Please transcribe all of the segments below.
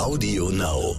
Audio Now.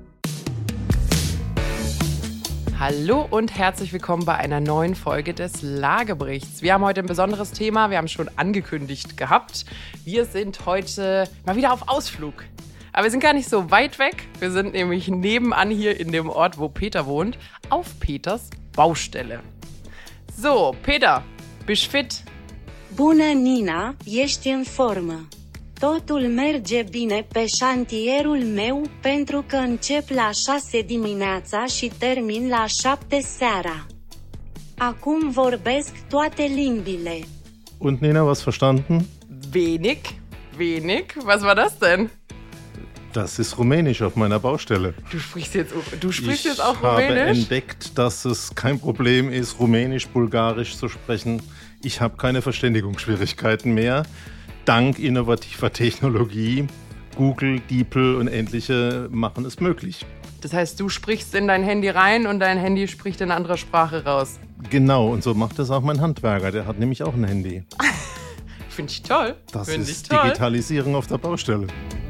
Hallo und herzlich willkommen bei einer neuen Folge des Lageberichts. Wir haben heute ein besonderes Thema, wir haben es schon angekündigt gehabt. Wir sind heute mal wieder auf Ausflug. Aber wir sind gar nicht so weit weg. Wir sind nämlich nebenan hier in dem Ort, wo Peter wohnt, auf Peters Baustelle. So, Peter, bist du fit? Bună, Nina, ești în formă. Totul merge bine pe șantierul meu pentru că încep la 6 dimineața și termin la 7 seara. Acum vorbesc toate limbile. Und Nina, was verstanden? Wenig. Was war das denn? Das ist Rumänisch auf meiner Baustelle. Du sprichst jetzt auch Ich habe Rumänisch? entdeckt, dass es kein Problem ist, Rumänisch, Bulgarisch zu sprechen. Ich habe keine Verständigungsschwierigkeiten mehr. Dank innovativer Technologie, Google, DeepL und ähnliche machen es möglich. Das heißt, du sprichst in dein Handy rein und dein Handy spricht in eine andere Sprache raus. Genau, und so macht das auch mein Handwerker. Der hat nämlich auch ein Handy. Finde ich toll. Das Find ich ist toll. Digitalisierung auf der Baustelle.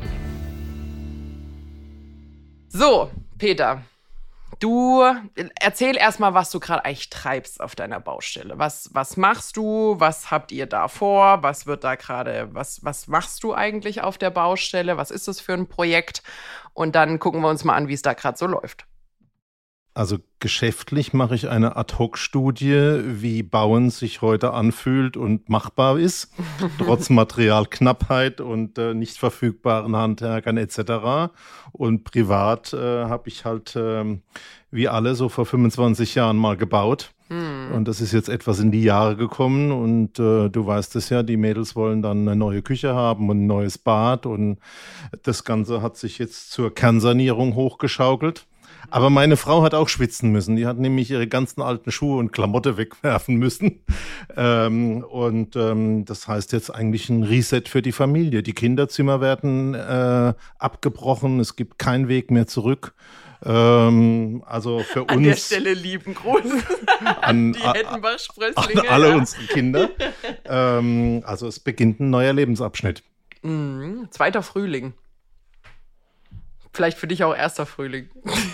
So, Peter, du erzähl erstmal, was du gerade eigentlich treibst auf deiner Baustelle. Was machst du? Was habt ihr da vor? Was wird da gerade, was machst du eigentlich auf der Baustelle? Was ist das für ein Projekt? Und dann gucken wir uns mal an, wie es da gerade so läuft. Also geschäftlich mache ich eine Ad-Hoc-Studie, wie Bauen sich heute anfühlt und machbar ist, trotz Materialknappheit und nicht verfügbaren Handwerkern etc. Und privat habe ich halt, wie alle, so vor 25 Jahren mal gebaut. Und das ist jetzt etwas in die Jahre gekommen und du weißt es ja, die Mädels wollen dann eine neue Küche haben und ein neues Bad und das Ganze hat sich jetzt zur Kernsanierung hochgeschaukelt. Aber meine Frau hat auch schwitzen müssen. Die hat nämlich ihre ganzen alten Schuhe und Klamotte wegwerfen müssen. Das heißt jetzt eigentlich ein Reset für die Familie. Die Kinderzimmer werden abgebrochen. Es gibt keinen Weg mehr zurück. Also für uns. An der Stelle lieben Gruß an die Hettenbach-Sprösslinge. An alle unsere Kinder. Also es beginnt ein neuer Lebensabschnitt. Zweiter Frühling. Vielleicht für dich auch erster Frühling.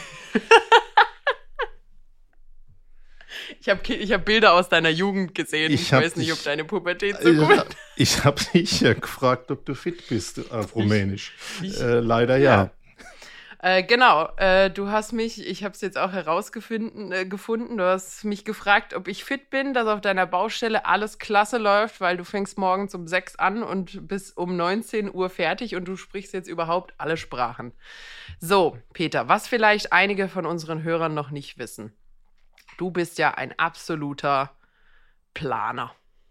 Ich hab Bilder aus deiner Jugend gesehen. Ich weiß nicht, ob deine Pubertät so gut. Ich habe dich ja gefragt, ob du fit bist auf Rumänisch. Leider ja. Genau, du hast mich, ich habe es jetzt auch herausgefunden, du hast mich gefragt, ob ich fit bin, dass auf deiner Baustelle alles klasse läuft, weil du fängst morgens um 6 an und bist um 19 Uhr fertig und du sprichst jetzt überhaupt alle Sprachen. So, Peter, was vielleicht einige von unseren Hörern noch nicht wissen. Du bist ja ein absoluter Planer.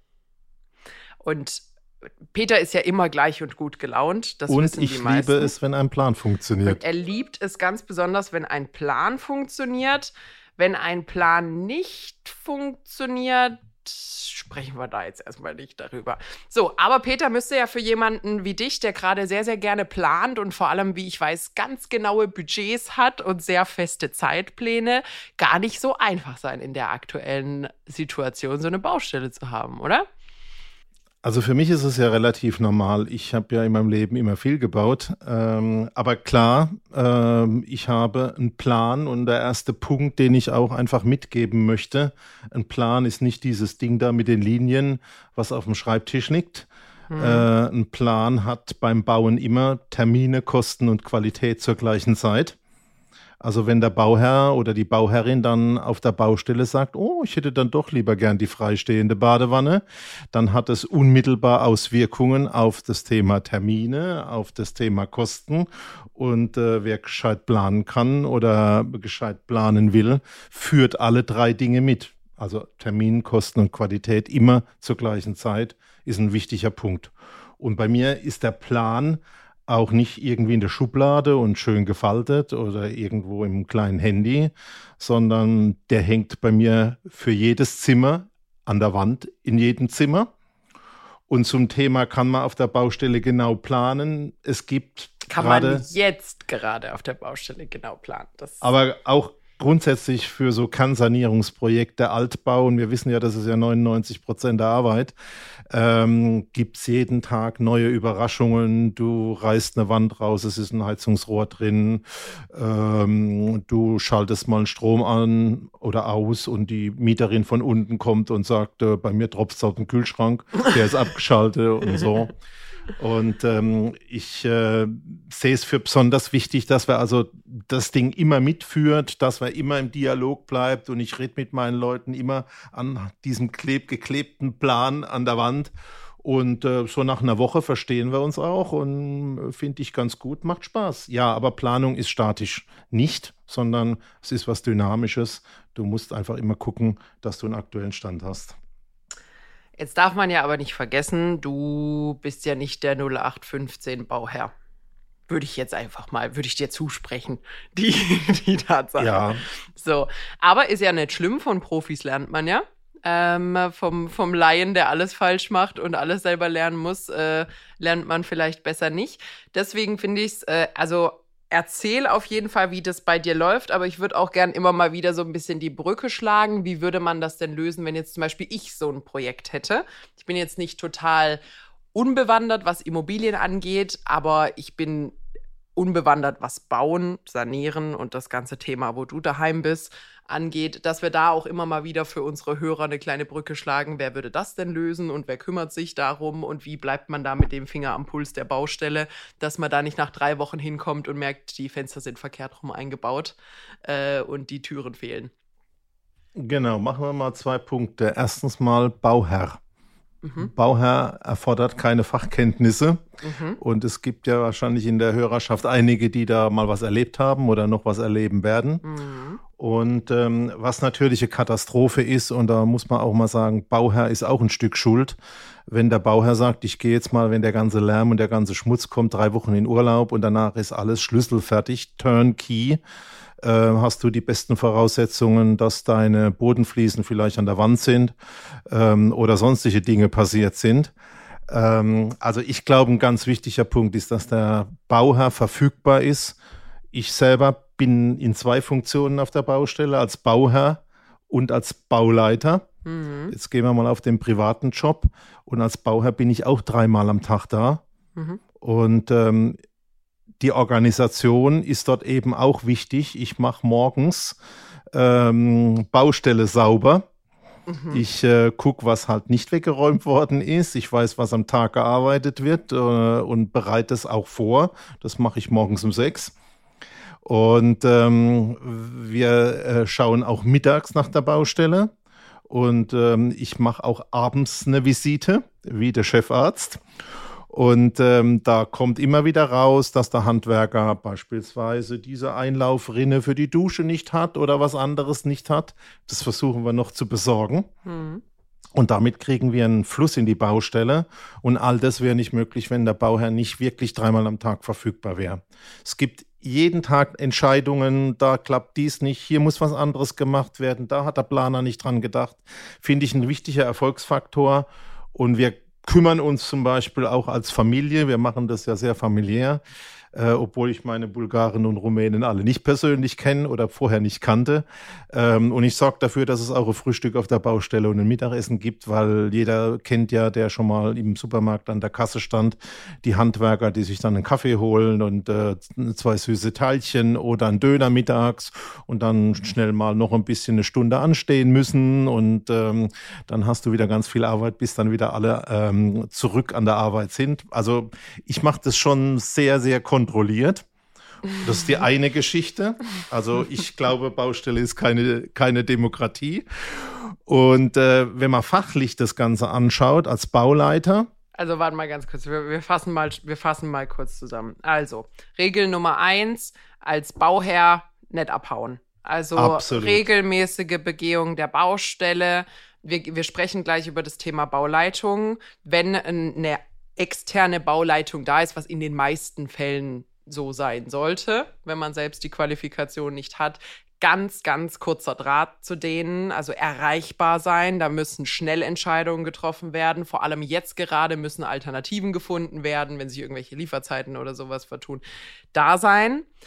Und Peter ist ja immer gleich und gut gelaunt. Das wissen die meisten. Und ich liebe es, wenn ein Plan funktioniert. Und er liebt es ganz besonders, wenn ein Plan funktioniert. Wenn ein Plan nicht funktioniert, sprechen wir da jetzt erstmal nicht darüber. So, aber Peter müsste ja für jemanden wie dich, der gerade sehr, sehr gerne plant und vor allem, wie ich weiß, ganz genaue Budgets hat und sehr feste Zeitpläne, gar nicht so einfach sein, in der aktuellen Situation so eine Baustelle zu haben, oder? Also für mich ist es ja relativ normal. Ich habe ja in meinem Leben immer viel gebaut. Aber klar, ich habe einen Plan und der erste Punkt, den ich auch einfach mitgeben möchte, ein Plan ist nicht dieses Ding da mit den Linien, was auf dem Schreibtisch liegt. Ein Plan hat beim Bauen immer Termine, Kosten und Qualität zur gleichen Zeit. Also wenn der Bauherr oder die Bauherrin dann auf der Baustelle sagt, oh, ich hätte dann doch lieber gern die freistehende Badewanne, dann hat es unmittelbar Auswirkungen auf das Thema Termine, auf das Thema Kosten. Und wer gescheit planen kann oder gescheit planen will, führt alle 3 Dinge mit. Also Termin, Kosten und Qualität immer zur gleichen Zeit ist ein wichtiger Punkt. Und bei mir ist der Plan auch nicht irgendwie in der Schublade und schön gefaltet oder irgendwo im kleinen Handy, sondern der hängt bei mir für jedes Zimmer an der Wand in jedem Zimmer. Und zum Thema kann man auf der Baustelle genau planen. Es gibt Kann man jetzt gerade auf der Baustelle genau planen. Aber auch grundsätzlich für so Kernsanierungsprojekte, Altbau, und wir wissen ja, das ist ja 99% der Arbeit, gibt es jeden Tag neue Überraschungen. Du reißt eine Wand raus, es ist ein Heizungsrohr drin, du schaltest mal einen Strom an oder aus und die Mieterin von unten kommt und sagt, bei mir tropft es auf den Kühlschrank, der ist abgeschaltet und so. Und ich sehe es für besonders wichtig, dass wir also das Ding immer mitführt, dass wir immer im Dialog bleibt, und ich rede mit meinen Leuten immer an diesem geklebten Plan an der Wand, und so nach einer Woche verstehen wir uns auch, und finde ich ganz gut, macht Spaß. Ja, aber Planung ist statisch nicht, sondern es ist was Dynamisches. Du musst einfach immer gucken, dass du einen aktuellen Stand hast. Jetzt darf man ja aber nicht vergessen, du bist ja nicht der 0815 Bauherr. Würde ich dir zusprechen, die Tatsache. Ja. So, aber ist ja nicht schlimm, von Profis lernt man ja. Vom Laien, der alles falsch macht und alles selber lernen muss, lernt man vielleicht besser nicht. Deswegen finde ich es, erzähl auf jeden Fall, wie das bei dir läuft, aber ich würde auch gern immer mal wieder so ein bisschen die Brücke schlagen. Wie würde man das denn lösen, wenn jetzt zum Beispiel ich so ein Projekt hätte? Ich bin jetzt nicht total unbewandert, was Immobilien angeht, aber ich bin unbewandert, was Bauen, Sanieren und das ganze Thema, wo du daheim bist, angeht, dass wir da auch immer mal wieder für unsere Hörer eine kleine Brücke schlagen. Wer würde das denn lösen und wer kümmert sich darum und wie bleibt man da mit dem Finger am Puls der Baustelle, dass man da nicht nach 3 Wochen hinkommt und merkt, die Fenster sind verkehrt rum eingebaut und die Türen fehlen. Genau, machen wir mal 2 Punkte. Erstens mal Bauherr. Bauherr erfordert keine Fachkenntnisse, und es gibt ja wahrscheinlich in der Hörerschaft einige, die da mal was erlebt haben oder noch was erleben werden. Und was natürlich eine Katastrophe ist, und da muss man auch mal sagen, Bauherr ist auch ein Stück schuld. Wenn der Bauherr sagt, ich gehe jetzt mal, wenn der ganze Lärm und der ganze Schmutz kommt, 3 Wochen in Urlaub und danach ist alles schlüsselfertig, turnkey, hast du die besten Voraussetzungen, dass deine Bodenfliesen vielleicht an der Wand sind oder sonstige Dinge passiert sind. Also ich glaube, ein ganz wichtiger Punkt ist, dass der Bauherr verfügbar ist. Ich selber bin in 2 Funktionen auf der Baustelle, als Bauherr und als Bauleiter. Jetzt gehen wir mal auf den privaten Job, und als Bauherr bin ich auch 3-mal am Tag da. Und die Organisation ist dort eben auch wichtig. Ich mache morgens Baustelle sauber. Ich gucke, was halt nicht weggeräumt worden ist. Ich weiß, was am Tag gearbeitet wird und bereite es auch vor. Das mache ich morgens um 6. Und wir schauen auch mittags nach der Baustelle. Und ich mache auch abends eine Visite, wie der Chefarzt. Und da kommt immer wieder raus, dass der Handwerker beispielsweise diese Einlaufrinne für die Dusche nicht hat oder was anderes nicht hat. Das versuchen wir noch zu besorgen. Und damit kriegen wir einen Fluss in die Baustelle. Und all das wäre nicht möglich, wenn der Bauherr nicht wirklich 3-mal am Tag verfügbar wäre. Es gibt jeden Tag Entscheidungen, da klappt dies nicht, hier muss was anderes gemacht werden, da hat der Planer nicht dran gedacht. Finde ich ein wichtiger Erfolgsfaktor. Und wir kümmern uns zum Beispiel auch als Familie, wir machen das ja sehr familiär, obwohl ich meine Bulgaren und Rumänen alle nicht persönlich kenne oder vorher nicht kannte. Und ich sorge dafür, dass es auch ein Frühstück auf der Baustelle und ein Mittagessen gibt, weil jeder kennt ja, der schon mal im Supermarkt an der Kasse stand, die Handwerker, die sich dann einen Kaffee holen und 2 süße Teilchen oder einen Döner mittags und dann schnell mal noch ein bisschen eine Stunde anstehen müssen, und dann hast du wieder ganz viel Arbeit, bis dann wieder alle zurück an der Arbeit sind. Also ich mache das schon sehr, sehr kontrolliert. Das ist die eine Geschichte. Also ich glaube, Baustelle ist keine Demokratie. Und wenn man fachlich das Ganze anschaut, als Bauleiter. Also warte mal ganz kurz, wir fassen mal kurz zusammen. Also, Regel Nummer 1, als Bauherr nicht abhauen. Also Absolut. Regelmäßige Begehung der Baustelle. Wir sprechen gleich über das Thema Bauleitung. Wenn eine externe Bauleitung da ist, was in den meisten Fällen so sein sollte, wenn man selbst die Qualifikation nicht hat, ganz, ganz kurzer Draht zu denen, also erreichbar sein. Da müssen schnell Entscheidungen getroffen werden. Vor allem jetzt gerade müssen Alternativen gefunden werden, wenn sich irgendwelche Lieferzeiten oder sowas vertun, da sein.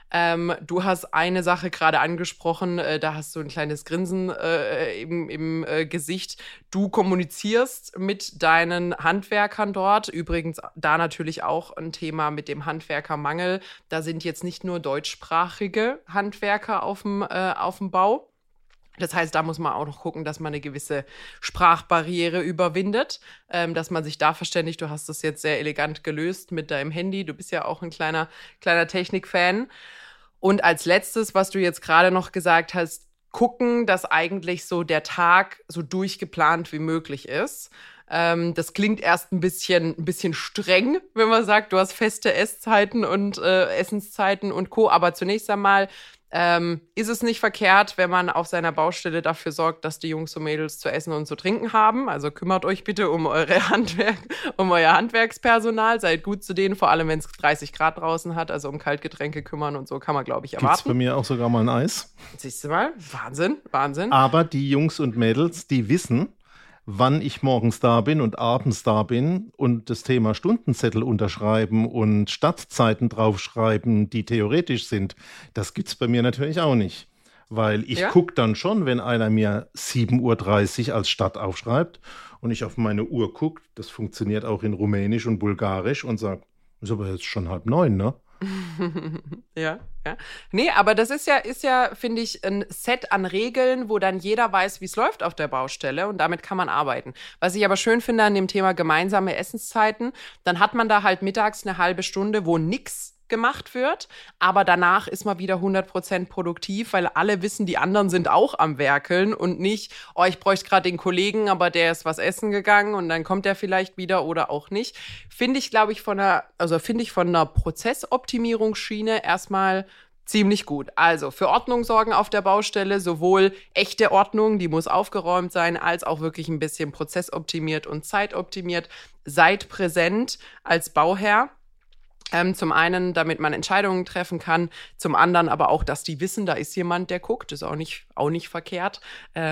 Du hast eine Sache gerade angesprochen, da hast du ein kleines Grinsen im Gesicht. Du kommunizierst mit deinen Handwerkern dort. Übrigens da natürlich auch ein Thema mit dem Handwerkermangel. Da sind jetzt nicht nur deutschsprachige Handwerker auf dem Bau. Das heißt, da muss man auch noch gucken, dass man eine gewisse Sprachbarriere überwindet, dass man sich da verständigt. Du hast das jetzt sehr elegant gelöst mit deinem Handy. Du bist ja auch ein kleiner Technikfan. Und als letztes, was du jetzt gerade noch gesagt hast, gucken, dass eigentlich so der Tag so durchgeplant wie möglich ist. Das klingt erst ein bisschen streng, wenn man sagt, du hast feste Esszeiten und Essenszeiten und Co. Aber zunächst einmal ist es nicht verkehrt, wenn man auf seiner Baustelle dafür sorgt, dass die Jungs und Mädels zu essen und zu trinken haben. Also kümmert euch bitte um euer Handwerkspersonal. Seid gut zu denen, vor allem wenn es 30 Grad draußen hat. Also um Kaltgetränke kümmern und so kann man, glaube ich, erwarten. Gibt's bei mir auch sogar mal ein Eis. Siehst du mal? Wahnsinn. Aber die Jungs und Mädels, die wissen, wann ich morgens da bin und abends da bin und das Thema Stundenzettel unterschreiben und Startzeiten draufschreiben, die theoretisch sind, das gibt es bei mir natürlich auch nicht. Weil ich gucke dann schon, wenn einer mir 7:30 Uhr als Start aufschreibt und ich auf meine Uhr gucke, das funktioniert auch in Rumänisch und Bulgarisch und sage, ist aber jetzt schon 8:30, ne? Ja. Nee, aber das ist ja, finde ich, ein Set an Regeln, wo dann jeder weiß, wie es läuft auf der Baustelle und damit kann man arbeiten. Was ich aber schön finde an dem Thema gemeinsame Essenszeiten, dann hat man da halt mittags eine halbe Stunde, wo nix gemacht wird, aber danach ist man wieder 100% produktiv, weil alle wissen, die anderen sind auch am Werkeln und nicht, oh, ich bräuchte gerade den Kollegen, aber der ist was essen gegangen und dann kommt der vielleicht wieder oder auch nicht. Finde ich, glaube ich, von einer Prozessoptimierungsschiene erstmal ziemlich gut. Also für Ordnung sorgen auf der Baustelle, sowohl echte Ordnung, die muss aufgeräumt sein, als auch wirklich ein bisschen prozessoptimiert und zeitoptimiert. Seid präsent als Bauherr. Zum einen, damit man Entscheidungen treffen kann, zum anderen aber auch, dass die wissen, da ist jemand, der guckt, ist auch nicht verkehrt.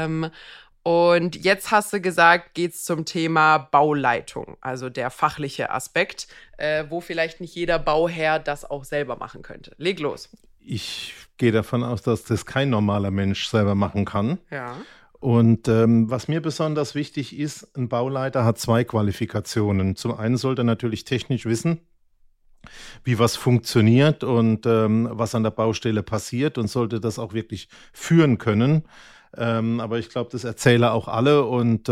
Und jetzt hast du gesagt, geht's zum Thema Bauleitung, also der fachliche Aspekt, wo vielleicht nicht jeder Bauherr das auch selber machen könnte. Leg los. Ich gehe davon aus, dass das kein normaler Mensch selber machen kann. Ja. Und was mir besonders wichtig ist, ein Bauleiter hat 2 Qualifikationen. Zum einen sollte er natürlich technisch wissen, wie was funktioniert und was an der Baustelle passiert und sollte das auch wirklich führen können. Aber ich glaube, das erzählen auch alle und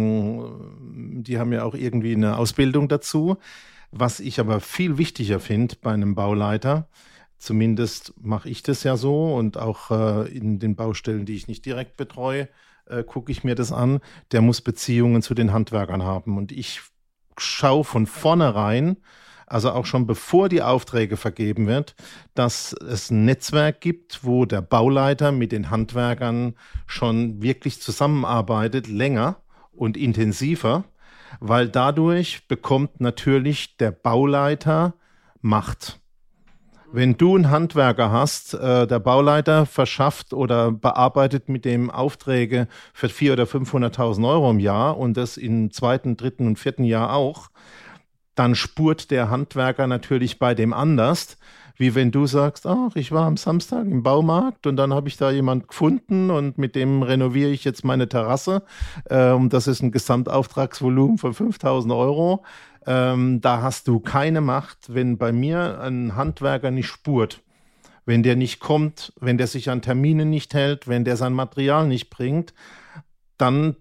die haben ja auch irgendwie eine Ausbildung dazu. Was ich aber viel wichtiger finde bei einem Bauleiter, zumindest mache ich das ja so und auch in den Baustellen, die ich nicht direkt betreue, gucke ich mir das an, der muss Beziehungen zu den Handwerkern haben. Und ich schaue von vornherein, also auch schon bevor die Aufträge vergeben wird, dass es ein Netzwerk gibt, wo der Bauleiter mit den Handwerkern schon wirklich zusammenarbeitet, länger und intensiver, weil dadurch bekommt natürlich der Bauleiter Macht. Wenn du einen Handwerker hast, der Bauleiter verschafft oder bearbeitet mit dem Aufträge für 400.000 oder 500.000 Euro im Jahr und das im 2., 3. und 4. Jahr auch, dann spurt der Handwerker natürlich bei dem anders, wie wenn du sagst, ach, ich war am Samstag im Baumarkt und dann habe ich da jemand gefunden und mit dem renoviere ich jetzt meine Terrasse. Das ist ein Gesamtauftragsvolumen von 5.000 Euro. Da hast du keine Macht, wenn bei mir ein Handwerker nicht spurt, wenn der nicht kommt, wenn der sich an Termine nicht hält, wenn der sein Material nicht bringt, dann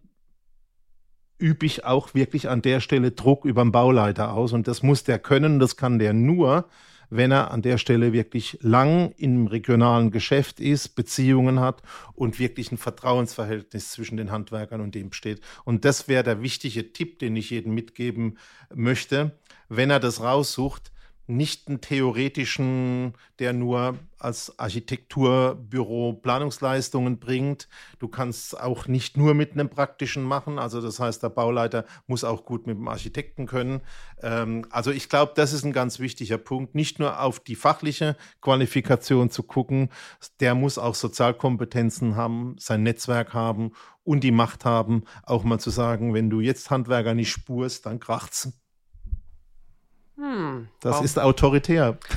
übe ich auch wirklich an der Stelle Druck über den Bauleiter aus und das muss der können, das kann der nur, wenn er an der Stelle wirklich lang im regionalen Geschäft ist, Beziehungen hat und wirklich ein Vertrauensverhältnis zwischen den Handwerkern und dem besteht. Und das wäre der wichtige Tipp, den ich jedem mitgeben möchte, wenn er das raussucht, nicht einen theoretischen, der nur als Architekturbüro Planungsleistungen bringt. Du kannst auch nicht nur mit einem praktischen machen. Also das heißt, der Bauleiter muss auch gut mit dem Architekten können. Also ich glaube, das ist ein ganz wichtiger Punkt. Nicht nur auf die fachliche Qualifikation zu gucken, der muss auch Sozialkompetenzen haben, sein Netzwerk haben und die Macht haben, auch mal zu sagen, wenn du jetzt Handwerker nicht spurst, dann kracht's. Das ist autoritär.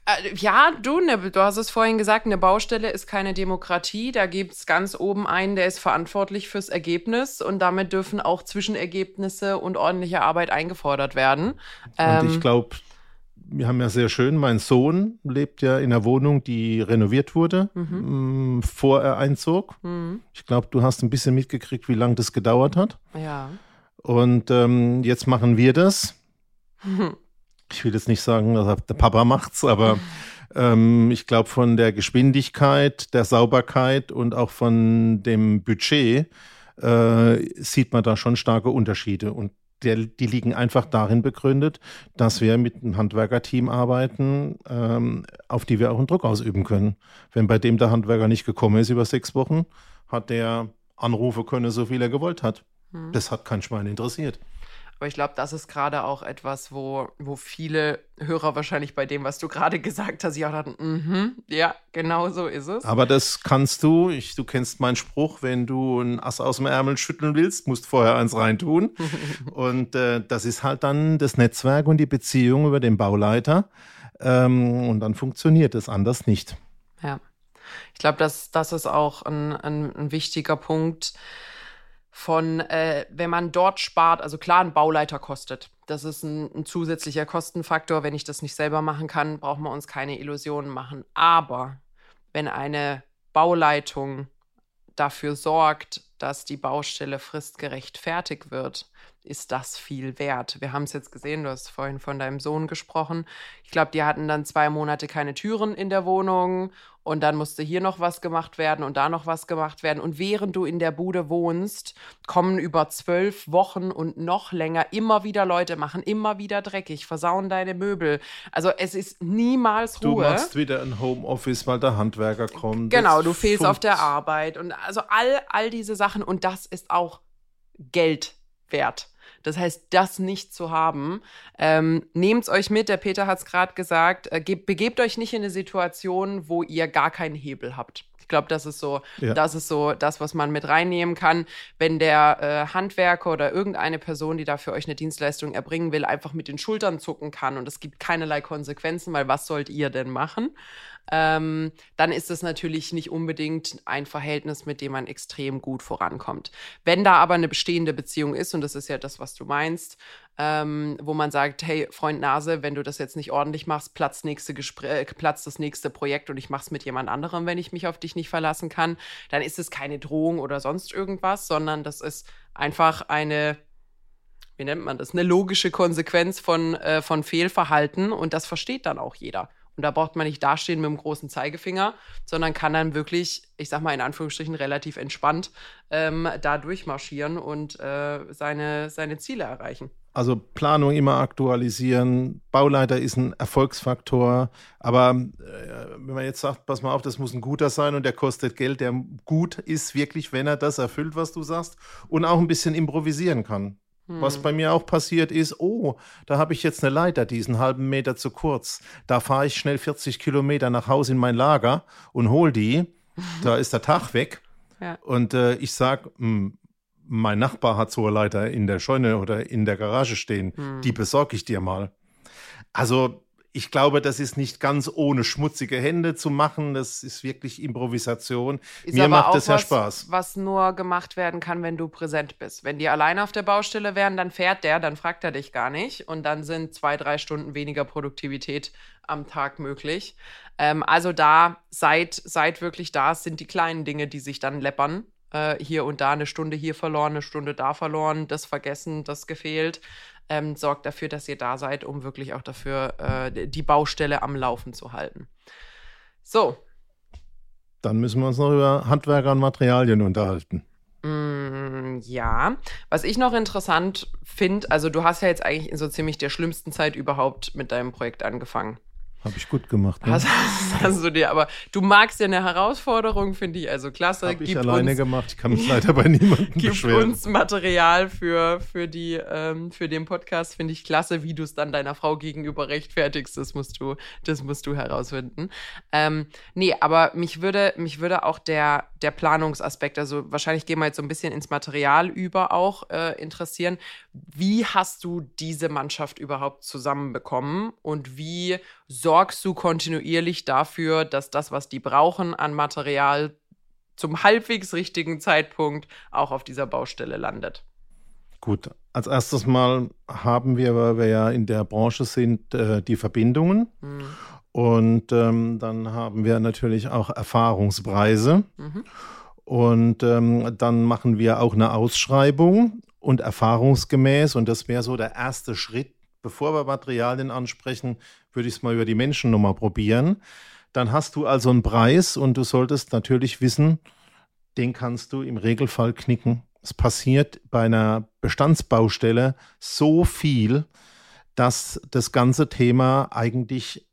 Ja, du hast es vorhin gesagt, eine Baustelle ist keine Demokratie. Da gibt es ganz oben einen, der ist verantwortlich fürs Ergebnis und damit dürfen auch Zwischenergebnisse und ordentliche Arbeit eingefordert werden. Und ich glaube, wir haben ja sehr schön, mein Sohn lebt ja in einer Wohnung, die renoviert wurde, bevor er einzog. Ich glaube, du hast ein bisschen mitgekriegt, wie lange das gedauert hat. Ja. Und jetzt machen wir das. Ich will jetzt nicht sagen, dass der Papa macht's, aber ich glaube, von der Geschwindigkeit, der Sauberkeit und auch von dem Budget sieht man da schon starke Unterschiede. Und die liegen einfach darin begründet, dass wir mit einem Handwerkerteam arbeiten, auf die wir auch einen Druck ausüben können. Wenn bei dem der Handwerker nicht gekommen ist über 6 Wochen, hat der anrufen können, so viel er gewollt hat. Das hat kein Schwein interessiert. Aber ich glaube, das ist gerade auch etwas, wo viele Hörer wahrscheinlich bei dem, was du gerade gesagt hast, sich auch dachten, ja, genau so ist es. Aber das kannst du, du kennst meinen Spruch, wenn du ein Ass aus dem Ärmel schütteln willst, musst vorher eins reintun. Und das ist halt dann das Netzwerk und die Beziehung über den Bauleiter. Und dann funktioniert es anders nicht. Ja, ich glaube, das ist auch ein wichtiger Punkt. Wenn man dort spart, also klar, ein Bauleiter kostet. Das ist ein zusätzlicher Kostenfaktor. Wenn ich das nicht selber machen kann, brauchen wir uns keine Illusionen machen. Aber wenn eine Bauleitung dafür sorgt, dass die Baustelle fristgerecht fertig wird, ist das viel wert. Wir haben es jetzt gesehen, du hast vorhin von deinem Sohn gesprochen. Ich glaube, die hatten dann 2 Monate keine Türen in der Wohnung und dann musste hier noch was gemacht werden und da noch was gemacht werden. Und während du in der Bude wohnst, kommen über 12 Wochen und noch länger immer wieder Leute, machen immer wieder dreckig, versauen deine Möbel. Also es ist niemals Ruhe. Du machst wieder ein Homeoffice, weil der Handwerker kommt. Genau, du fehlst auf der Arbeit und also all diese Sachen und das ist auch Geld wert. Das heißt, das nicht zu haben, nehmt's euch mit, der Peter hat es gerade gesagt, begebt euch nicht in eine Situation, wo ihr gar keinen Hebel habt. Ich glaube, das ist so das, was man mit reinnehmen kann, wenn der Handwerker oder irgendeine Person, die da für euch eine Dienstleistung erbringen will, einfach mit den Schultern zucken kann und es gibt keinerlei Konsequenzen, weil was sollt ihr denn machen? Dann ist es natürlich nicht unbedingt ein Verhältnis, mit dem man extrem gut vorankommt. Wenn da aber eine bestehende Beziehung ist, und das ist ja das, was du meinst, wo man sagt, hey, Freund Nase, wenn du das jetzt nicht ordentlich machst, platzt das nächste Projekt und ich mach's mit jemand anderem, wenn ich mich auf dich nicht verlassen kann, dann ist es keine Drohung oder sonst irgendwas, sondern das ist einfach eine, wie nennt man das, eine logische Konsequenz von Fehlverhalten und das versteht dann auch jeder. Und da braucht man nicht dastehen mit dem großen Zeigefinger, sondern kann dann wirklich, ich sag mal in Anführungsstrichen, relativ entspannt da durchmarschieren und seine Ziele erreichen. Also Planung immer aktualisieren, Bauleiter ist ein Erfolgsfaktor, aber wenn man jetzt sagt, pass mal auf, das muss ein guter sein und der kostet Geld, der gut ist wirklich, wenn er das erfüllt, was du sagst und auch ein bisschen improvisieren kann. Was bei mir auch passiert ist, da habe ich jetzt eine Leiter, die ist einen halben Meter zu kurz. Da fahre ich schnell 40 Kilometer nach Hause in mein Lager und hol die. Da ist der Tag weg. Ja. Und ich sage, mein Nachbar hat so eine Leiter in der Scheune oder in der Garage stehen. Die besorge ich dir mal. Also ich glaube, das ist nicht ganz ohne schmutzige Hände zu machen. Das ist wirklich Improvisation. Mir macht das ja Spaß. Was nur gemacht werden kann, wenn du präsent bist. Wenn die alleine auf der Baustelle wären, dann fährt der, dann fragt er dich gar nicht. Und dann sind 2-3 Stunden weniger Produktivität am Tag möglich. Also da, seid wirklich da. Es sind die kleinen Dinge, die sich dann läppern. Hier und da eine Stunde hier verloren, eine Stunde da verloren, das vergessen, das gefehlt. Sorgt dafür, dass ihr da seid, um wirklich auch dafür die Baustelle am Laufen zu halten. So. Dann müssen wir uns noch über Handwerker und Materialien unterhalten. Ja. Was ich noch interessant finde, also du hast ja jetzt eigentlich in so ziemlich der schlimmsten Zeit überhaupt mit deinem Projekt angefangen. Habe ich gut gemacht. Ne? Hast du dir, aber du magst ja eine Herausforderung, finde ich also klasse. Habe ich alleine gemacht. Ich kann mich leider bei niemandem beschweren. Gib uns Material für den Podcast, finde ich klasse, wie du es dann deiner Frau gegenüber rechtfertigst. Das musst du herausfinden. Nee, aber mich würde auch der Planungsaspekt, also wahrscheinlich gehen wir jetzt so ein bisschen ins Material über auch interessieren. Wie hast du diese Mannschaft überhaupt zusammenbekommen und wie sorgst du kontinuierlich dafür, dass das, was die brauchen an Material, zum halbwegs richtigen Zeitpunkt auch auf dieser Baustelle landet? Gut, als erstes Mal haben wir, weil wir ja in der Branche sind, die Verbindungen. Und dann haben wir natürlich auch Erfahrungspreise. Und dann machen wir auch eine Ausschreibung und erfahrungsgemäß, und das wäre so der erste Schritt, bevor wir Materialien ansprechen, würde ich es mal über die Menschennummer probieren. Dann hast du also einen Preis und du solltest natürlich wissen, den kannst du im Regelfall knicken. Es passiert bei einer Bestandsbaustelle so viel, dass das ganze Thema eigentlich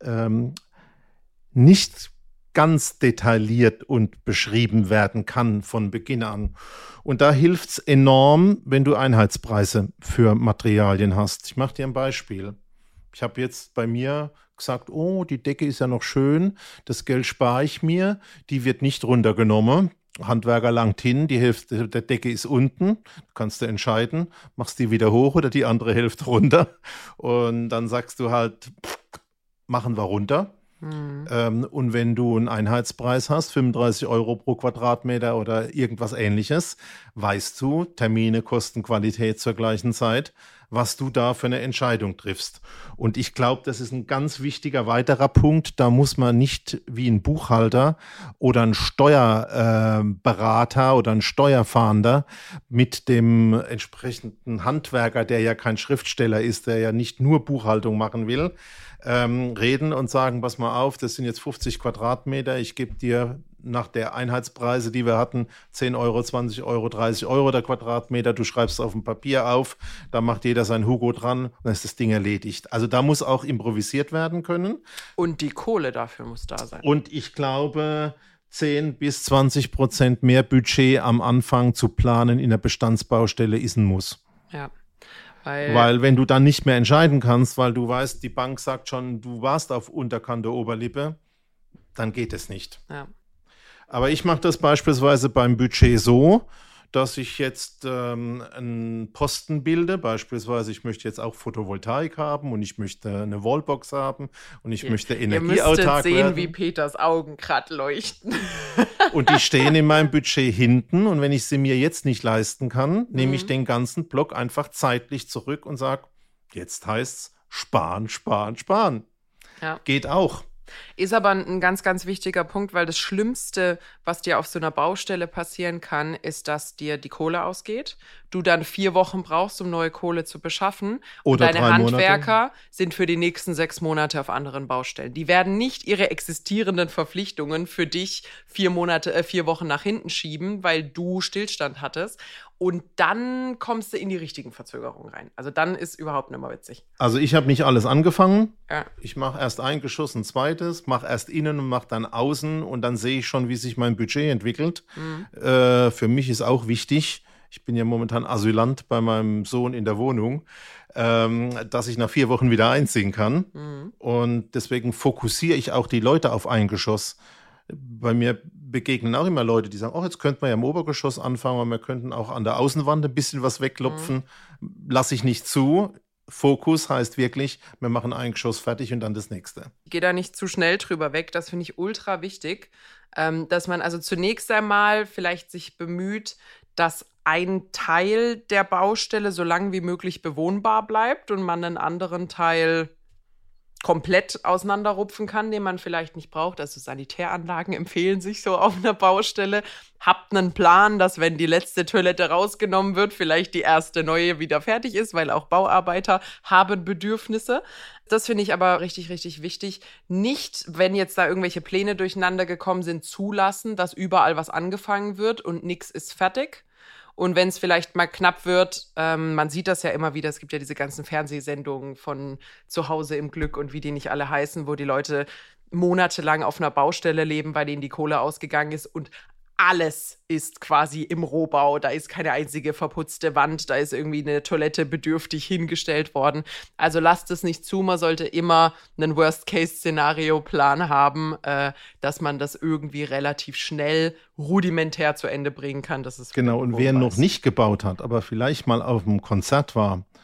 nicht ganz detailliert und beschrieben werden kann von Beginn an. Und da hilft es enorm, wenn du Einheitspreise für Materialien hast. Ich mache dir ein Beispiel. Ich habe jetzt bei mir gesagt, oh, die Decke ist ja noch schön, das Geld spare ich mir, die wird nicht runtergenommen. Handwerker langt hin, die Hälfte der Decke ist unten, kannst du entscheiden, machst die wieder hoch oder die andere Hälfte runter und dann sagst du halt, machen wir runter. Und wenn du einen Einheitspreis hast, 35 € pro Quadratmeter oder irgendwas Ähnliches, weißt du, Termine kosten Qualität zur gleichen Zeit, was du da für eine Entscheidung triffst. Und ich glaube, das ist ein ganz wichtiger weiterer Punkt. Da muss man nicht wie ein Buchhalter oder ein Steuerberater oder ein Steuerfahnder mit dem entsprechenden Handwerker, der ja kein Schriftsteller ist, der ja nicht nur Buchhaltung machen will, reden und sagen, pass mal auf, das sind jetzt 50 Quadratmeter, ich gebe dir nach der Einheitspreise, die wir hatten, 10 €, 20 €, 30 € der Quadratmeter, du schreibst es auf dem Papier auf, da macht jeder sein Hugo dran und dann ist das Ding erledigt. Also da muss auch improvisiert werden können. Und die Kohle dafür muss da sein. Und ich glaube, 10-20% mehr Budget am Anfang zu planen in der Bestandsbaustelle ist ein Muss. Ja. Weil wenn du dann nicht mehr entscheiden kannst, weil du weißt, die Bank sagt schon, du warst auf unterkante Oberlippe, dann geht es nicht. Ja. Aber ich mache das beispielsweise beim Budget so, dass ich jetzt einen Posten bilde. Beispielsweise, ich möchte jetzt auch Photovoltaik haben und ich möchte eine Wallbox haben und ich möchte energieautark werden. Ihr müsstet sehen, werden. wie Peters Augen gerade leuchten. Und die stehen in meinem Budget hinten und wenn ich sie mir jetzt nicht leisten kann, nehme ich den ganzen Block einfach zeitlich zurück und sage, jetzt heißt's sparen, sparen, sparen. Ja. Geht auch. Ist aber ein ganz, ganz wichtiger Punkt, weil das Schlimmste, was dir auf so einer Baustelle passieren kann, ist, dass dir die Kohle ausgeht, du dann 4 Wochen brauchst, um neue Kohle zu beschaffen Oder und deine 3 Monate. Handwerker sind für die nächsten 6 Monate auf anderen Baustellen. Die werden nicht ihre existierenden Verpflichtungen für dich 4 Wochen nach hinten schieben, weil du Stillstand hattest. Und dann kommst du in die richtigen Verzögerungen rein. Also dann ist überhaupt nicht mehr witzig. Also ich habe nicht alles angefangen. Ja. Ich mache erst ein Geschoss, ein zweites, mache erst innen und mache dann außen und dann sehe ich schon, wie sich mein Budget entwickelt. Für mich ist auch wichtig, ich bin ja momentan Asylant bei meinem Sohn in der Wohnung, dass ich nach 4 Wochen wieder einziehen kann. Und deswegen fokussiere ich auch die Leute auf ein Geschoss. Bei mir begegnen auch immer Leute, die sagen, oh, jetzt könnten wir ja im Obergeschoss anfangen, aber wir könnten auch an der Außenwand ein bisschen was wegklopfen. Lasse ich nicht zu. Fokus heißt wirklich, wir machen ein Geschoss fertig und dann das nächste. Ich gehe da nicht zu schnell drüber weg, das finde ich ultra wichtig, dass man also zunächst einmal vielleicht sich bemüht, dass ein Teil der Baustelle so lange wie möglich bewohnbar bleibt und man einen anderen Teil komplett auseinanderrupfen kann, den man vielleicht nicht braucht. Also Sanitäranlagen empfehlen sich so auf einer Baustelle. Habt einen Plan, dass wenn die letzte Toilette rausgenommen wird, vielleicht die erste neue wieder fertig ist, weil auch Bauarbeiter haben Bedürfnisse. Das finde ich aber richtig, richtig wichtig. Nicht, wenn jetzt da irgendwelche Pläne durcheinander gekommen sind, zulassen, dass überall was angefangen wird und nichts ist fertig. Und wenn es vielleicht mal knapp wird, man sieht das ja immer wieder, es gibt ja diese ganzen Fernsehsendungen von Zu Hause im Glück und wie die nicht alle heißen, wo die Leute monatelang auf einer Baustelle leben, weil denen die Kohle ausgegangen ist und alles ist quasi im Rohbau. Da ist keine einzige verputzte Wand, da ist irgendwie eine Toilette bedürftig hingestellt worden. Also lasst es nicht zu, man sollte immer einen Worst-Case-Szenario-Plan haben, dass man das irgendwie relativ schnell rudimentär zu Ende bringen kann. Das ist genau, und wer noch nicht gebaut hat, aber vielleicht mal auf einem Konzert war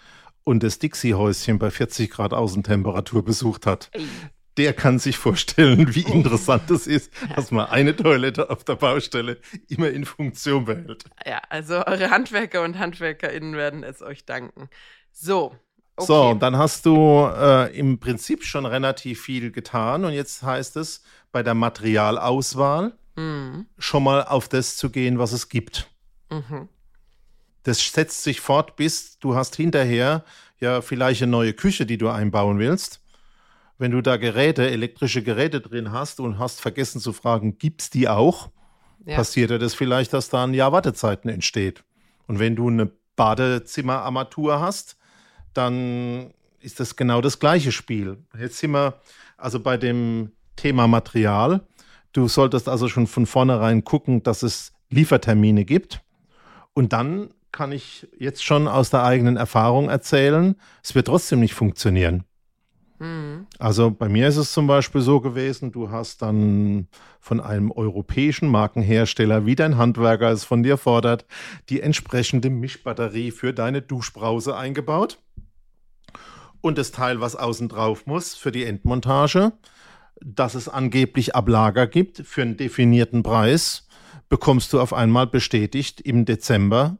und das Dixie-Häuschen bei 40 Grad Außentemperatur besucht hat, der kann sich vorstellen, wie interessant es ist, dass man eine Toilette auf der Baustelle immer in Funktion behält. Ja, also eure Handwerker und HandwerkerInnen werden es euch danken. So, okay. So, dann hast du im Prinzip schon relativ viel getan und jetzt heißt es, bei der Materialauswahl schon mal auf das zu gehen, was es gibt. Mhm. Das setzt sich fort, bis du hast hinterher ja vielleicht eine neue Küche, die du einbauen willst. Wenn du da elektrische Geräte drin hast und hast vergessen zu fragen, gibt es die auch? Ja. Passiert ja das vielleicht, dass da ein Jahr Wartezeiten entsteht. Und wenn du eine Badezimmerarmatur hast, dann ist das genau das gleiche Spiel. Jetzt sind wir also bei dem Thema Material. Du solltest also schon von vornherein gucken, dass es Liefertermine gibt. Und dann kann ich jetzt schon aus der eigenen Erfahrung erzählen, es wird trotzdem nicht funktionieren. Also bei mir ist es zum Beispiel so gewesen, du hast dann von einem europäischen Markenhersteller, wie dein Handwerker es von dir fordert, die entsprechende Mischbatterie für deine Duschbrause eingebaut. Und das Teil, was außen drauf muss für die Endmontage, dass es angeblich ab Lager gibt für einen definierten Preis, bekommst du auf einmal bestätigt im Dezember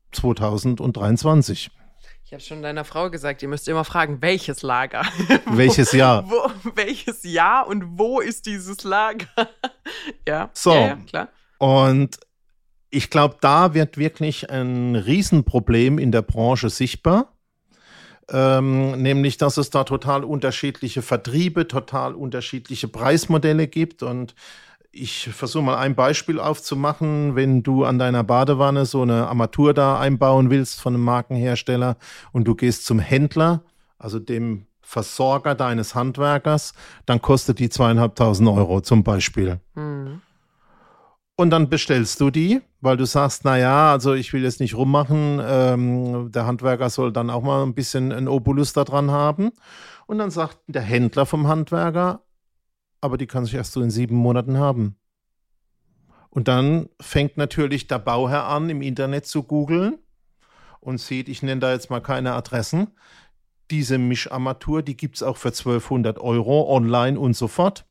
2023. Ich habe schon deiner Frau gesagt, ihr müsst immer fragen, welches Lager? Welches Jahr? Welches Jahr und wo ist dieses Lager? Ja, so. Ja, klar. Und ich glaube, da wird wirklich ein Riesenproblem in der Branche sichtbar. Nämlich, dass es da total unterschiedliche Vertriebe, total unterschiedliche Preismodelle gibt. Und ich versuche mal ein Beispiel aufzumachen. Wenn du an deiner Badewanne so eine Armatur da einbauen willst von einem Markenhersteller und du gehst zum Händler, also dem Versorger deines Handwerkers, dann kostet die 2.500 Euro zum Beispiel. Und dann bestellst du die, weil du sagst, naja, also ich will jetzt nicht rummachen, der Handwerker soll dann auch mal ein bisschen einen Obolus da dran haben. Und dann sagt der Händler vom Handwerker, aber die kann sich erst so in 7 Monaten haben. Und dann fängt natürlich der Bauherr an, im Internet zu googeln und sieht, ich nenne da jetzt mal keine Adressen, diese Mischarmatur, die gibt es auch für 1.200 Euro online und sofort.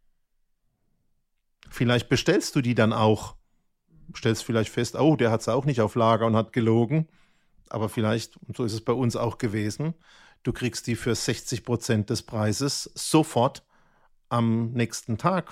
Vielleicht bestellst du die dann auch. Stellst vielleicht fest, oh, der hat es auch nicht auf Lager und hat gelogen. Aber vielleicht, und so ist es bei uns auch gewesen, du kriegst die für 60% des Preises sofort am nächsten Tag.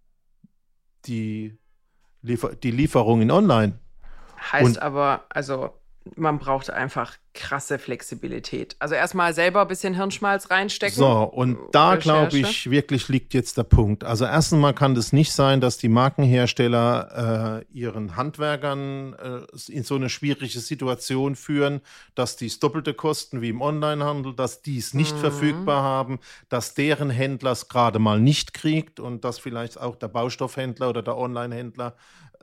Die Lieferung in online. Heißt aber, also man braucht einfach krasse Flexibilität. Also erstmal selber ein bisschen Hirnschmalz reinstecken. So, und da glaube ich, wirklich liegt jetzt der Punkt. Also erstens mal kann das nicht sein, dass die Markenhersteller ihren Handwerkern in so eine schwierige Situation führen, dass die es doppelte kosten wie im Onlinehandel, dass die es nicht verfügbar haben, dass deren Händler es gerade mal nicht kriegt und dass vielleicht auch der Baustoffhändler oder der Onlinehändler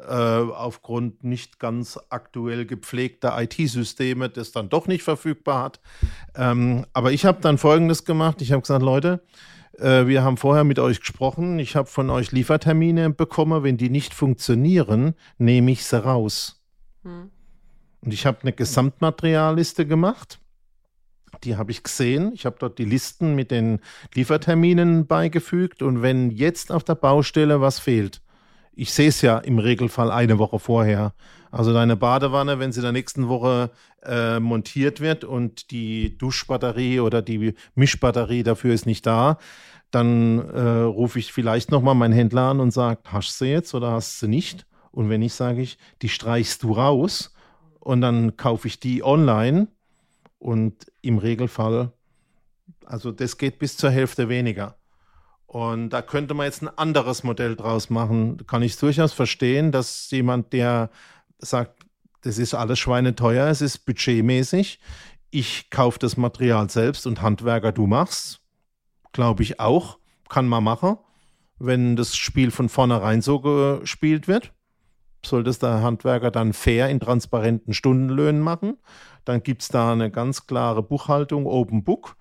aufgrund nicht ganz aktuell gepflegter IT-Systeme das dann doch nicht verfügbar hat. Aber ich habe dann Folgendes gemacht. Ich habe gesagt, Leute, wir haben vorher mit euch gesprochen. Ich habe von euch Liefertermine bekommen. Wenn die nicht funktionieren, nehme ich sie raus. Und ich habe eine Gesamtmaterialliste gemacht. Die habe ich gesehen. Ich habe dort die Listen mit den Lieferterminen beigefügt. Und wenn jetzt auf der Baustelle was fehlt, ich sehe es ja im Regelfall eine Woche vorher. Also deine Badewanne, wenn sie in der nächsten Woche montiert wird und die Duschbatterie oder die Mischbatterie dafür ist nicht da, dann rufe ich vielleicht nochmal meinen Händler an und sage, hast du sie jetzt oder hast du sie nicht? Und wenn nicht, sage ich, die streichst du raus und dann kaufe ich die online und im Regelfall, also das geht bis zur Hälfte weniger. Und da könnte man jetzt ein anderes Modell draus machen. Kann ich durchaus verstehen, dass jemand, der sagt, das ist alles schweineteuer, es ist budgetmäßig, ich kaufe das Material selbst und Handwerker, du machst. Glaube ich auch, kann man machen. Wenn das Spiel von vornherein so gespielt wird, soll das der Handwerker dann fair in transparenten Stundenlöhnen machen. Dann gibt es da eine ganz klare Buchhaltung, Open Book.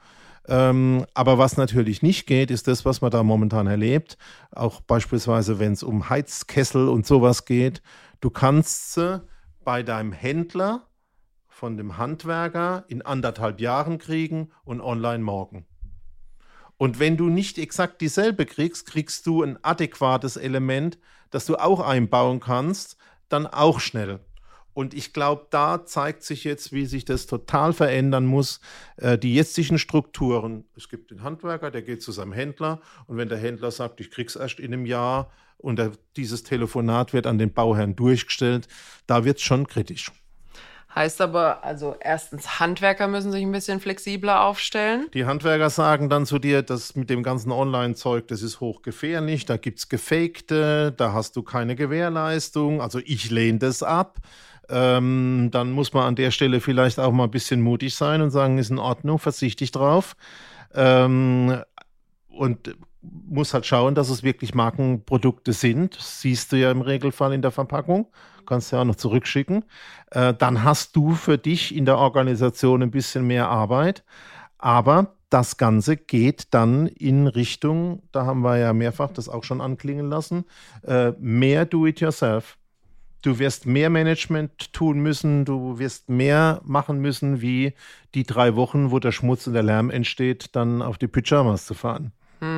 Aber was natürlich nicht geht, ist das, was man da momentan erlebt. Auch beispielsweise, wenn es um Heizkessel und sowas geht. Du kannst bei deinem Händler von dem Handwerker in 1,5 Jahren kriegen und online morgen. Und wenn du nicht exakt dieselbe kriegst, kriegst du ein adäquates Element, das du auch einbauen kannst, dann auch schnell. Und ich glaube, da zeigt sich jetzt, wie sich das total verändern muss. Die jetzigen Strukturen, es gibt den Handwerker, der geht zu seinem Händler und wenn der Händler sagt, ich krieg's erst in einem Jahr und dieses Telefonat wird an den Bauherrn durchgestellt, da wird es schon kritisch. Heißt aber, also erstens, Handwerker müssen sich ein bisschen flexibler aufstellen. Die Handwerker sagen dann zu dir, das mit dem ganzen Online-Zeug, das ist hochgefährlich, da gibt es Gefakte, da hast du keine Gewährleistung, also ich lehne das ab. Dann muss man an der Stelle vielleicht auch mal ein bisschen mutig sein und sagen, ist in Ordnung, verzichte ich drauf. Und muss halt schauen, dass es wirklich Markenprodukte sind. Das siehst du ja im Regelfall in der Verpackung. Kannst ja auch noch zurückschicken. Dann hast du für dich in der Organisation ein bisschen mehr Arbeit. Aber das Ganze geht dann in Richtung, da haben wir ja mehrfach das auch schon anklingen lassen, mehr Do-it-yourself. Du wirst mehr Management tun müssen, du wirst mehr machen müssen, wie die 3 Wochen, wo der Schmutz und der Lärm entsteht, dann auf die Pyjamas zu fahren.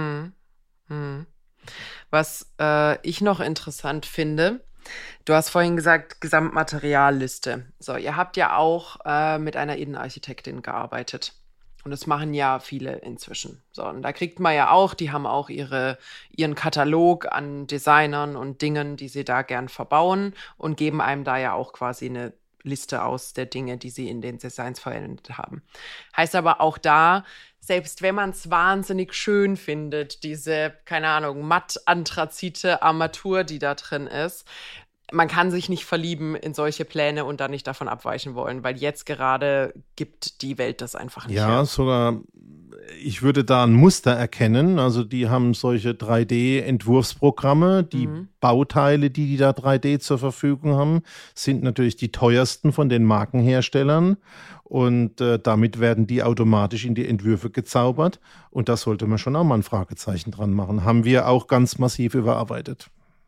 Was ich noch interessant finde, du hast vorhin gesagt, Gesamtmaterialliste. So, ihr habt ja auch mit einer Innenarchitektin gearbeitet. Und das machen ja viele inzwischen. So, und da kriegt man ja auch, die haben auch ihren Katalog an Designern und Dingen, die sie da gern verbauen und geben einem da ja auch quasi eine Liste aus der Dinge, die sie in den Designs verwendet haben. Heißt aber auch da, selbst wenn man es wahnsinnig schön findet, diese, keine Ahnung, matt-anthrazite Armatur, die da drin ist, man kann sich nicht verlieben in solche Pläne und dann nicht davon abweichen wollen, weil jetzt gerade gibt die Welt das einfach nicht. Ja, sogar, ich würde da ein Muster erkennen. Also die haben solche 3D-Entwurfsprogramme. Die Bauteile, die da 3D zur Verfügung haben, sind natürlich die teuersten von den Markenherstellern. Und damit werden die automatisch in die Entwürfe gezaubert. Und da sollte man schon auch mal ein Fragezeichen dran machen. Haben wir auch ganz massiv überarbeitet.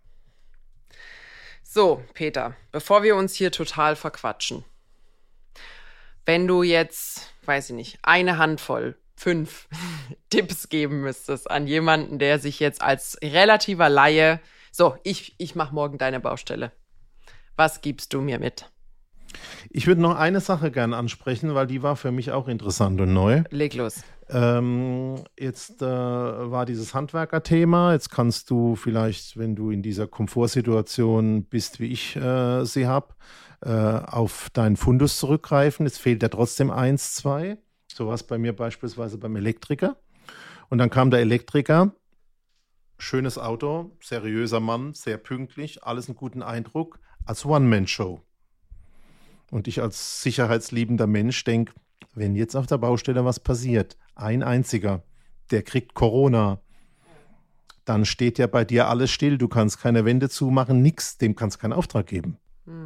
So, Peter, bevor wir uns hier total verquatschen, wenn du jetzt, weiß ich nicht, eine Handvoll, 5 Tipps geben müsstest an jemanden, der sich jetzt als relativer Laie, so, ich mache morgen deine Baustelle. Was gibst du mir mit? Ich würde noch eine Sache gerne ansprechen, weil die war für mich auch interessant und neu. Leg los. Jetzt war dieses Handwerkerthema. Jetzt kannst du vielleicht, wenn du in dieser Komfortsituation bist, wie ich sie habe, auf deinen Fundus zurückgreifen. Es fehlt ja trotzdem 1, 2. So war es bei mir beispielsweise beim Elektriker. Und dann kam der Elektriker, schönes Auto, seriöser Mann, sehr pünktlich, alles einen guten Eindruck, als One-Man-Show. Und ich als sicherheitsliebender Mensch denke, wenn jetzt auf der Baustelle was passiert, ein einziger, der kriegt Corona, dann steht ja bei dir alles still. Du kannst keine Wände zumachen, nix, dem kannst du keinen Auftrag geben.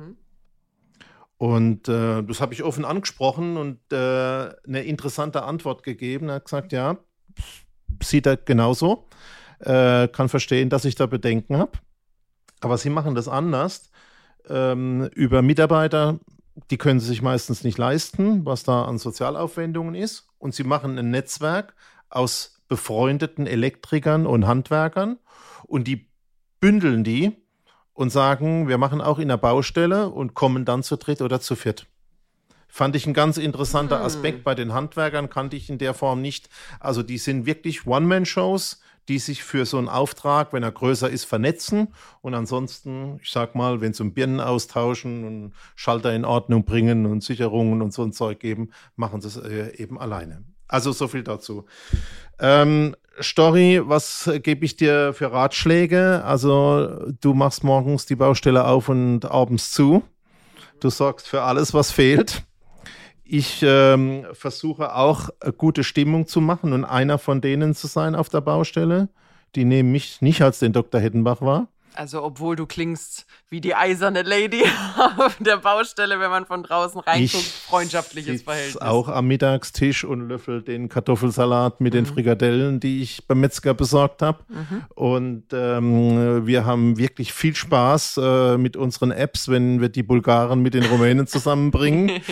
Und das habe ich offen angesprochen und eine interessante Antwort gegeben. Er hat gesagt, ja, sieht er genauso, kann verstehen, dass ich da Bedenken habe. Aber sie machen das anders. Über Mitarbeiter, die können sie sich meistens nicht leisten, was da an Sozialaufwendungen ist. Und sie machen ein Netzwerk aus befreundeten Elektrikern und Handwerkern und die bündeln die und sagen, wir machen auch in der Baustelle und kommen dann zu 3. oder zu 4. Fand ich ein ganz interessanter Aspekt. Bei den Handwerkern kannte ich in der Form nicht. Also die sind wirklich One-Man-Shows, die sich für so einen Auftrag, wenn er größer ist, vernetzen und ansonsten, ich sag mal, wenn es um Birnen austauschen und Schalter in Ordnung bringen und Sicherungen und so ein Zeug geben, machen sie es eben alleine. Also so viel dazu. Story, was gebe ich dir für Ratschläge? Also du machst morgens die Baustelle auf und abends zu. Du sorgst für alles, was fehlt. Ich versuche auch gute Stimmung zu machen und einer von denen zu sein auf der Baustelle, die nehmen mich nicht als den Dr. Hettenbach wahr. Also obwohl du klingst wie die eiserne Lady auf der Baustelle, wenn man von draußen reinguckt, freundschaftliches Verhältnis. Ich auch am Mittagstisch und löffel den Kartoffelsalat mit den Frikadellen, die ich beim Metzger besorgt habe. Und wir haben wirklich viel Spaß mit unseren Apps, wenn wir die Bulgaren mit den Rumänen zusammenbringen.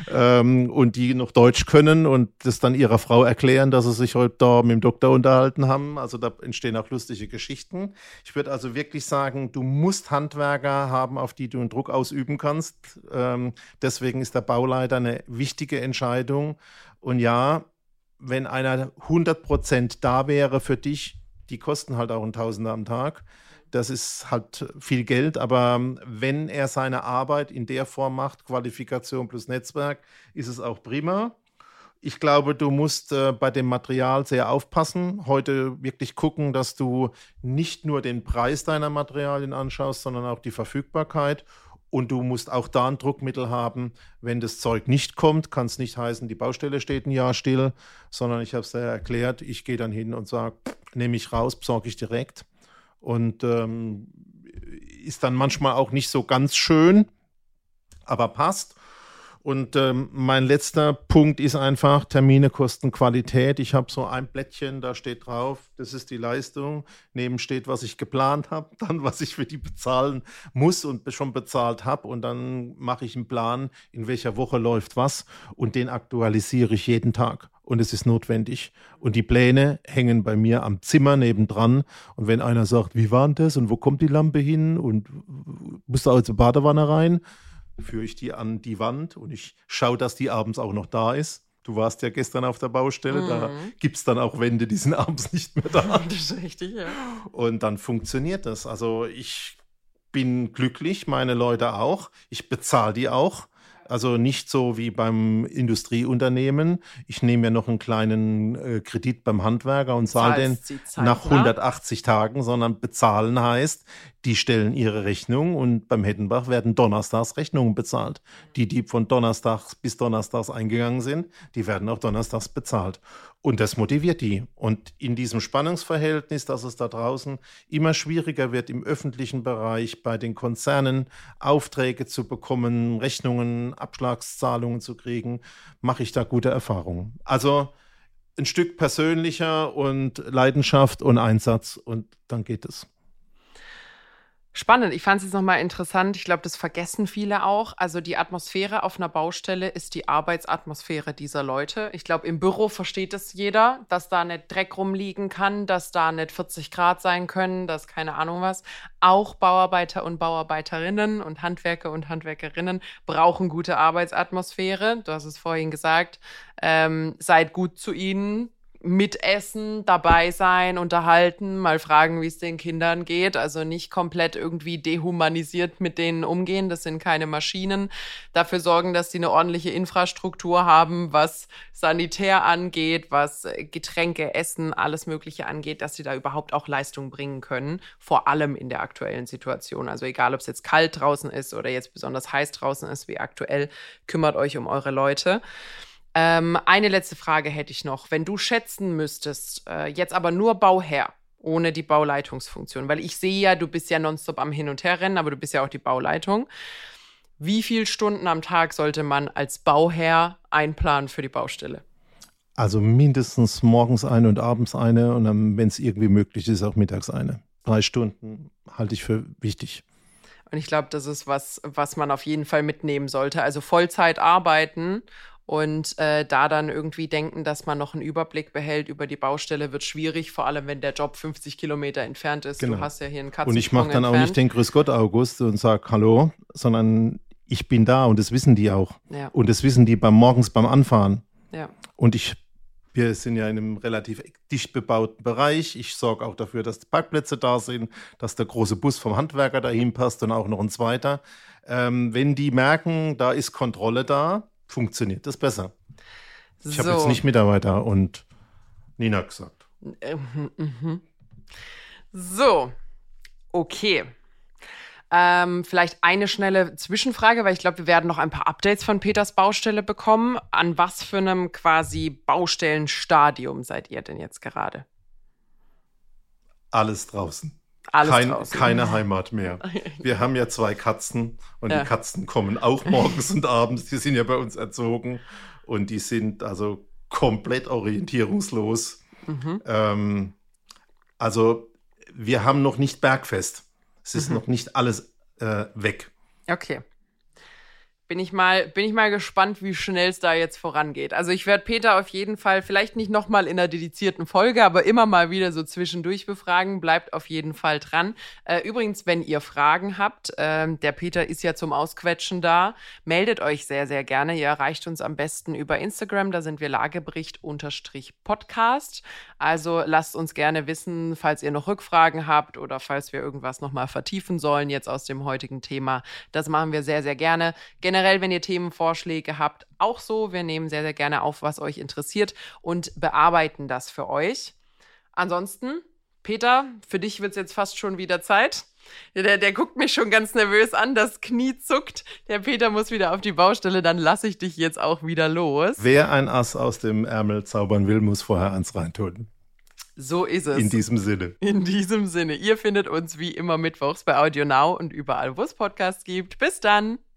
und die noch Deutsch können und das dann ihrer Frau erklären, dass sie sich heute da mit dem Doktor unterhalten haben. Also da entstehen auch lustige Geschichten. Ich würde also wirklich sagen, du musst Handwerker haben, auf die du einen Druck ausüben kannst. Deswegen ist der Bauleiter eine wichtige Entscheidung. Und ja, wenn einer 100% da wäre für dich, die kosten halt auch ein Tausender am Tag. Das ist halt viel Geld, aber wenn er seine Arbeit in der Form macht, Qualifikation plus Netzwerk, ist es auch prima. Ich glaube, du musst bei dem Material sehr aufpassen. Heute wirklich gucken, dass du nicht nur den Preis deiner Materialien anschaust, sondern auch die Verfügbarkeit. Und du musst auch da ein Druckmittel haben, wenn das Zeug nicht kommt, kann es nicht heißen, die Baustelle steht ein Jahr still, sondern ich habe es ja erklärt, ich gehe dann hin und sage, nehme ich raus, besorge ich direkt. Und ist dann manchmal auch nicht so ganz schön, aber passt. Und mein letzter Punkt ist einfach, Termine kosten Qualität. Ich habe so ein Blättchen, da steht drauf, das ist die Leistung. Neben steht, was ich geplant habe, dann was ich für die bezahlen muss und schon bezahlt habe. Und dann mache ich einen Plan, in welcher Woche läuft was. Und den aktualisiere ich jeden Tag. Und es ist notwendig. Und die Pläne hängen bei mir am Zimmer nebendran. Und wenn einer sagt, wie war denn das und wo kommt die Lampe hin und musst du auch zur Badewanne rein, führe ich die an die Wand und ich schaue, dass die abends auch noch da ist. Du warst ja gestern auf der Baustelle, da gibt es dann auch Wände, die sind abends nicht mehr da. Das ist richtig, ja. Und dann funktioniert das. Also ich bin glücklich, meine Leute auch. Ich bezahle die auch. Also nicht so wie beim Industrieunternehmen. Ich nehme ja noch einen kleinen Kredit beim Handwerker und zahle den nach 180 Tagen, sondern bezahlen heißt, die stellen ihre Rechnung und beim Hettenbach werden donnerstags Rechnungen bezahlt. Die von donnerstags bis donnerstags eingegangen sind, die werden auch donnerstags bezahlt. Und das motiviert die. Und in diesem Spannungsverhältnis, dass es da draußen immer schwieriger wird, im öffentlichen Bereich bei den Konzernen Aufträge zu bekommen, Rechnungen, Abschlagszahlungen zu kriegen, mache ich da gute Erfahrungen. Also ein Stück persönlicher und Leidenschaft und Einsatz und dann geht es. Spannend. Ich fand es jetzt nochmal interessant. Ich glaube, das vergessen viele auch. Also die Atmosphäre auf einer Baustelle ist die Arbeitsatmosphäre dieser Leute. Ich glaube, im Büro versteht es jeder, dass da nicht Dreck rumliegen kann, dass da nicht 40 Grad sein können, dass keine Ahnung was. Auch Bauarbeiter und Bauarbeiterinnen und Handwerker und Handwerkerinnen brauchen gute Arbeitsatmosphäre. Du hast es vorhin gesagt. Seid gut zu ihnen. Mitessen, dabei sein, unterhalten, mal fragen, wie es den Kindern geht. Also nicht komplett irgendwie dehumanisiert mit denen umgehen. Das sind keine Maschinen. Dafür sorgen, dass die eine ordentliche Infrastruktur haben, was Sanitär angeht, was Getränke, Essen, alles Mögliche angeht, dass sie da überhaupt auch Leistung bringen können. Vor allem in der aktuellen Situation. Also egal, ob es jetzt kalt draußen ist oder jetzt besonders heiß draußen ist, wie aktuell, kümmert euch um eure Leute. Eine letzte Frage hätte ich noch. Wenn du schätzen müsstest, jetzt aber nur Bauherr, ohne die Bauleitungsfunktion, weil ich sehe ja, du bist ja nonstop am Hin- und Herrennen, aber du bist ja auch die Bauleitung. Wie viele Stunden am Tag sollte man als Bauherr einplanen für die Baustelle? Also mindestens morgens eine und abends eine und dann, wenn es irgendwie möglich ist, auch mittags eine. 3 Stunden halte ich für wichtig. Und ich glaube, das ist was man auf jeden Fall mitnehmen sollte. Also Vollzeit arbeiten und da dann irgendwie denken, dass man noch einen Überblick behält über die Baustelle, wird schwierig, vor allem wenn der Job 50 Kilometer entfernt ist. Genau. Du hast ja hier einen Katzensprung und ich mache dann entfernt. auch nicht den Grüß Gott August und sage Hallo, sondern ich bin da und das wissen die auch. Ja. Und das wissen die morgens beim Anfahren. Ja. Und wir sind ja in einem relativ dicht bebauten Bereich. Ich sorge auch dafür, dass die Parkplätze da sind, dass der große Bus vom Handwerker dahin passt und auch noch ein zweiter. Wenn die merken, da ist Kontrolle da, funktioniert das besser. Ich habe jetzt nicht Mitarbeiter und Nina gesagt. So, okay. Vielleicht eine schnelle Zwischenfrage, weil ich glaube, wir werden noch ein paar Updates von Peters Baustelle bekommen. An was für einem quasi Baustellenstadium seid ihr denn jetzt gerade? Alles draußen. Draußen. Keine Heimat mehr. Wir haben ja 2 Katzen und die Katzen kommen auch morgens und abends. Die sind ja bei uns erzogen und die sind also komplett orientierungslos. Also wir haben noch nicht Bergfest. Es ist noch nicht alles weg. Okay. Bin ich mal gespannt, wie schnell es da jetzt vorangeht. Also ich werde Peter auf jeden Fall, vielleicht nicht nochmal in einer dedizierten Folge, aber immer mal wieder so zwischendurch befragen. Bleibt auf jeden Fall dran. Übrigens, wenn ihr Fragen habt, der Peter ist ja zum Ausquetschen da, meldet euch sehr, sehr gerne. Ihr erreicht uns am besten über Instagram, da sind wir Lagebericht_Podcast. Also lasst uns gerne wissen, falls ihr noch Rückfragen habt oder falls wir irgendwas nochmal vertiefen sollen jetzt aus dem heutigen Thema. Das machen wir sehr, sehr gerne. Generell, wenn ihr Themenvorschläge habt, auch so. Wir nehmen sehr, sehr gerne auf, was euch interessiert und bearbeiten das für euch. Ansonsten, Peter, für dich wird es jetzt fast schon wieder Zeit. Der guckt mich schon ganz nervös an, das Knie zuckt. Der Peter muss wieder auf die Baustelle, dann lasse ich dich jetzt auch wieder los. Wer ein Ass aus dem Ärmel zaubern will, muss vorher eins reintun. So ist es. In diesem Sinne. In diesem Sinne. Ihr findet uns wie immer mittwochs bei Audio Now und überall, wo es Podcasts gibt. Bis dann.